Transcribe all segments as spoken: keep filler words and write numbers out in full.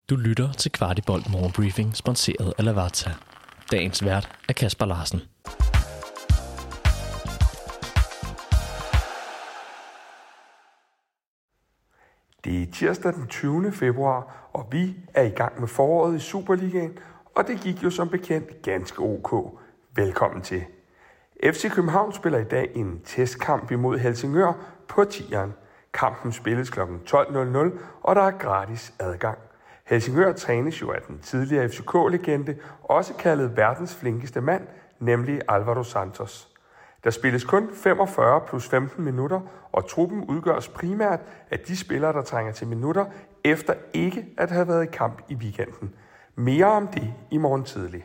Du lytter til Kvartibolt Morgenbriefing, sponsoreret af Lavazza. Dagens vært er Kasper Larsen. Det er tirsdag den tyvende februar, og vi er i gang med foråret i Superligaen, og det gik jo som bekendt ganske ok. Velkommen til. F C København spiller i dag en testkamp imod Helsingør på tieren. Kampen spilles klokken tolv nul nul, og der er gratis adgang. Helsingør trænes jo af den tidligere F C K-legende, også kaldet verdens flinkeste mand, nemlig Álvaro Santos. Der spilles kun femogfyrre plus femten minutter, og truppen udgøres primært af de spillere, der trænger til minutter, efter ikke at have været i kamp i weekenden. Mere om det i morgen tidlig.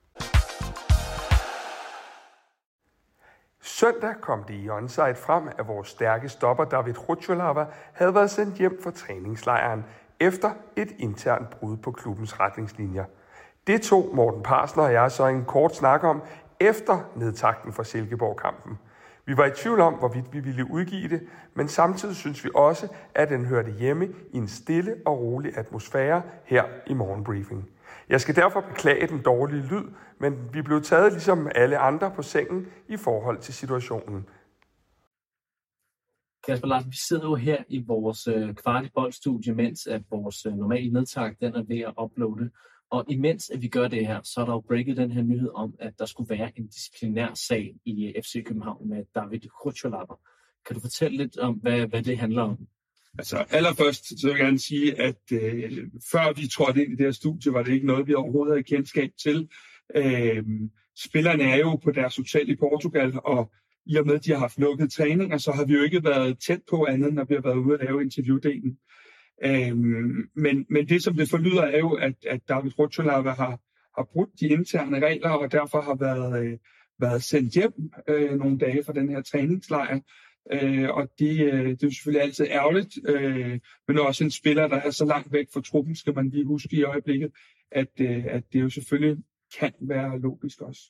Søndag kom det i onside frem, at vores stærke stopper David Rocholava havde været sendt hjem fra træningslejren efter et internt brud på klubbens retningslinjer. Det tog Morten Parsner og jeg så en kort snak om efter nedtakten for Silkeborg-kampen. Vi var i tvivl om, hvorvidt vi ville udgive det, men samtidig synes vi også, at den hørte hjemme i en stille og rolig atmosfære her i morgenbriefing. Jeg skal derfor beklage den dårlige lyd, men vi blev taget ligesom alle andre på sengen i forhold til situationen. Kasper Larsen, vi sidder jo her i vores øh, Kvartibolt-studie, mens at vores øh, normale nedtakt den er ved at uploade. Og imens at vi gør det her, så er der jo breaket den her nyhed om, at der skulle være en disciplinær sag i F C København med David Rocholava. Kan du fortælle lidt om, hvad, hvad det handler om? Altså allerførst så vil jeg gerne sige, at øh, før vi trådte ind i det her studie, var det ikke noget, vi overhovedet havde kendskab til. Øh, spillerne er jo på deres hotel i Portugal, og i og med, at de har haft lukket træninger, så har vi jo ikke været tæt på andet, når vi har været ude at lave interviewdelen. Øhm, men, men det, som det forlyder, er jo, at, at David Rocholava har, har brudt de interne regler, og derfor har været, øh, været sendt hjem øh, nogle dage fra den her træningslejr. Øh, og det, øh, det er jo selvfølgelig altid ærgerligt, øh, men også en spiller, der er så langt væk fra truppen, skal man lige huske i øjeblikket, at, øh, at det jo selvfølgelig kan være logisk også.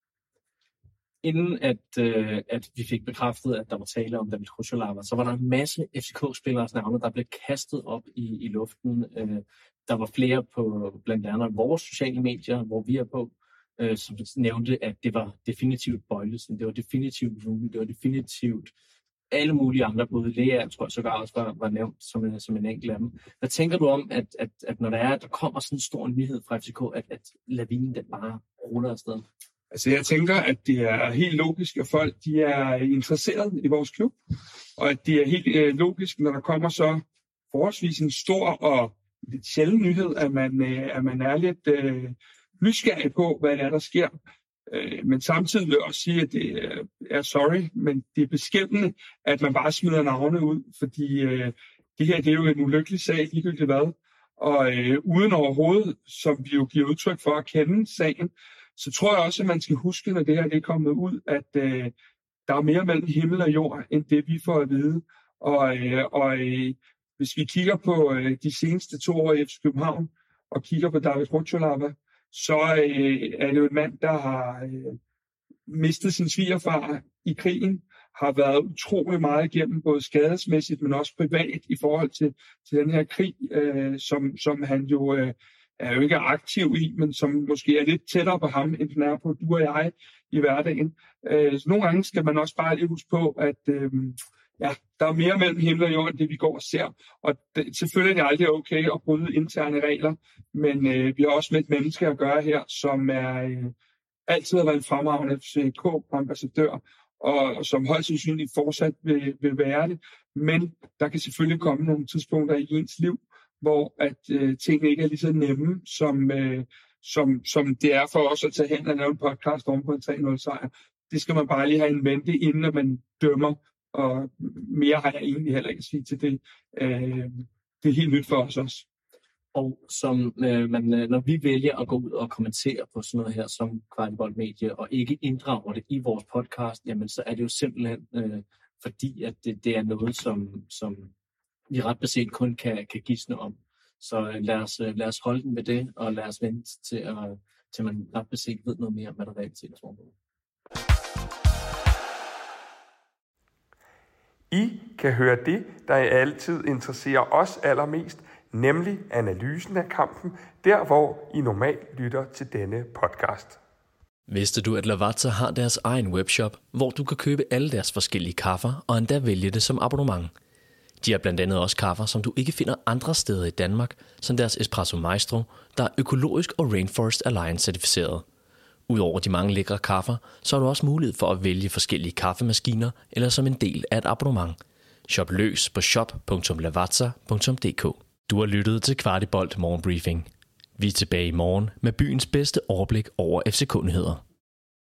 Inden at, øh, at vi fik bekræftet, at der var tale om David Rocholava, så var der en masse F C K-spilleres navne, der blev kastet op i, i luften. Øh, der var flere på blandt andet vores sociale medier, hvor vi er på, øh, som nævnte, at det var definitivt Bøjlesen, det var definitivt Rune, det var definitivt alle mulige andre, både Lea, jeg tror sågar også var, var nævnt som en, som en enkelt af dem. Hvad tænker du om, at, at, at når der er, der kommer sådan en stor nyhed fra F C K, at, at lavinen den bare ruller afsted? Altså jeg tænker, at det er helt logisk, at folk de er interesseret i vores klub, og at det er helt øh, logisk, når der kommer så forholdsvis en stor og lidt sjælden nyhed, at man, øh, at man er lidt øh, nysgerrig på, hvad det er, der sker. Øh, men samtidig vil jeg også sige, at det er sorry, men det er beskæmmende, at man bare smider navne ud, fordi øh, det her det er jo en ulykkelig sag, ligegyldigt hvad. Og øh, uden overhovedet, som vi jo giver udtryk for at kende sagen, så tror jeg også, at man skal huske, når det her det er kommet ud, at øh, der er mere mellem himmel og jord, end det vi får at vide. Og, øh, og øh, hvis vi kigger på øh, de seneste to år i F C København, og kigger på David Rocholava, så øh, er det jo en mand, der har øh, mistet sin svigerfar i krigen, har været utrolig meget igennem, både skadesmæssigt, men også privat i forhold til, til den her krig, øh, som, som han jo... Øh, er jo ikke aktiv i, men som måske er lidt tættere på ham, end den er på du og jeg i hverdagen. Øh, så nogle gange skal man også bare lige huske på, at øh, ja, der er mere mellem himmel og jord, end det vi går og ser. Og det, selvfølgelig er det aldrig okay at bryde interne regler, men øh, vi har også med et menneske at gøre her, som er øh, altid har været en fremragende F C K-ambassadør, og, og som højst sandsynligt fortsat vil, vil være det. Men der kan selvfølgelig komme nogle tidspunkter i ens liv, hvor at øh, tingene ikke er lige så nemme, som, øh, som, som det er for os at tage hen og lave en podcast om på en tre nul sejr. Det skal man bare lige have en mente, inden man dømmer, og mere har jeg egentlig heller ikke at sige til det. Øh, det er helt nyt for os også. Og som øh, man, når vi vælger at gå ud og kommentere på sådan noget her som Kvartibolt Medie, og ikke inddrager det i vores podcast, jamen så er det jo simpelthen øh, fordi, at det, det er noget, som... som vi ret beset kun kan, kan gisne om. Så lad os, lad os holde den med det, og lad os vente til, at, til man ret beset ved noget mere om, hvad der reelt set er foregået. I kan høre det, der altid interesserer os allermest, nemlig analysen af kampen, der hvor I normalt lytter til denne podcast. Vidste du, at Lavazza har deres egen webshop, hvor du kan købe alle deres forskellige kaffer og endda vælge det som abonnement? De har blandt andet også kaffer, som du ikke finder andre steder i Danmark, som deres Espresso Maestro, der er økologisk og Rainforest Alliance certificeret. Udover de mange lækre kaffer, så har du også mulighed for at vælge forskellige kaffemaskiner eller som en del af et abonnement. Shop løs på shop punktum lavazza punktum d k. Du har lyttet til Kvartibolt Morgenbriefing. Vi er tilbage i morgen med byens bedste overblik over F C K-nyheder.